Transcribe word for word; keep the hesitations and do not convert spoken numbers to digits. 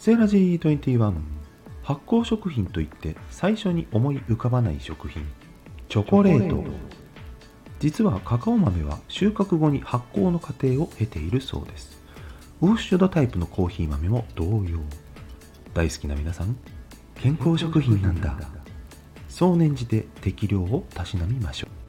セーラ ジーにじゅういち 発酵食品といって最初に思い浮かばない食品、チョコレート。実はカカオ豆は収穫後に発酵の過程を経ているそうです。ウォッシュドタイプのコーヒー豆も同様。大好きな皆さん、健康食品なんだ。そう念じて適量をたしなみましょう。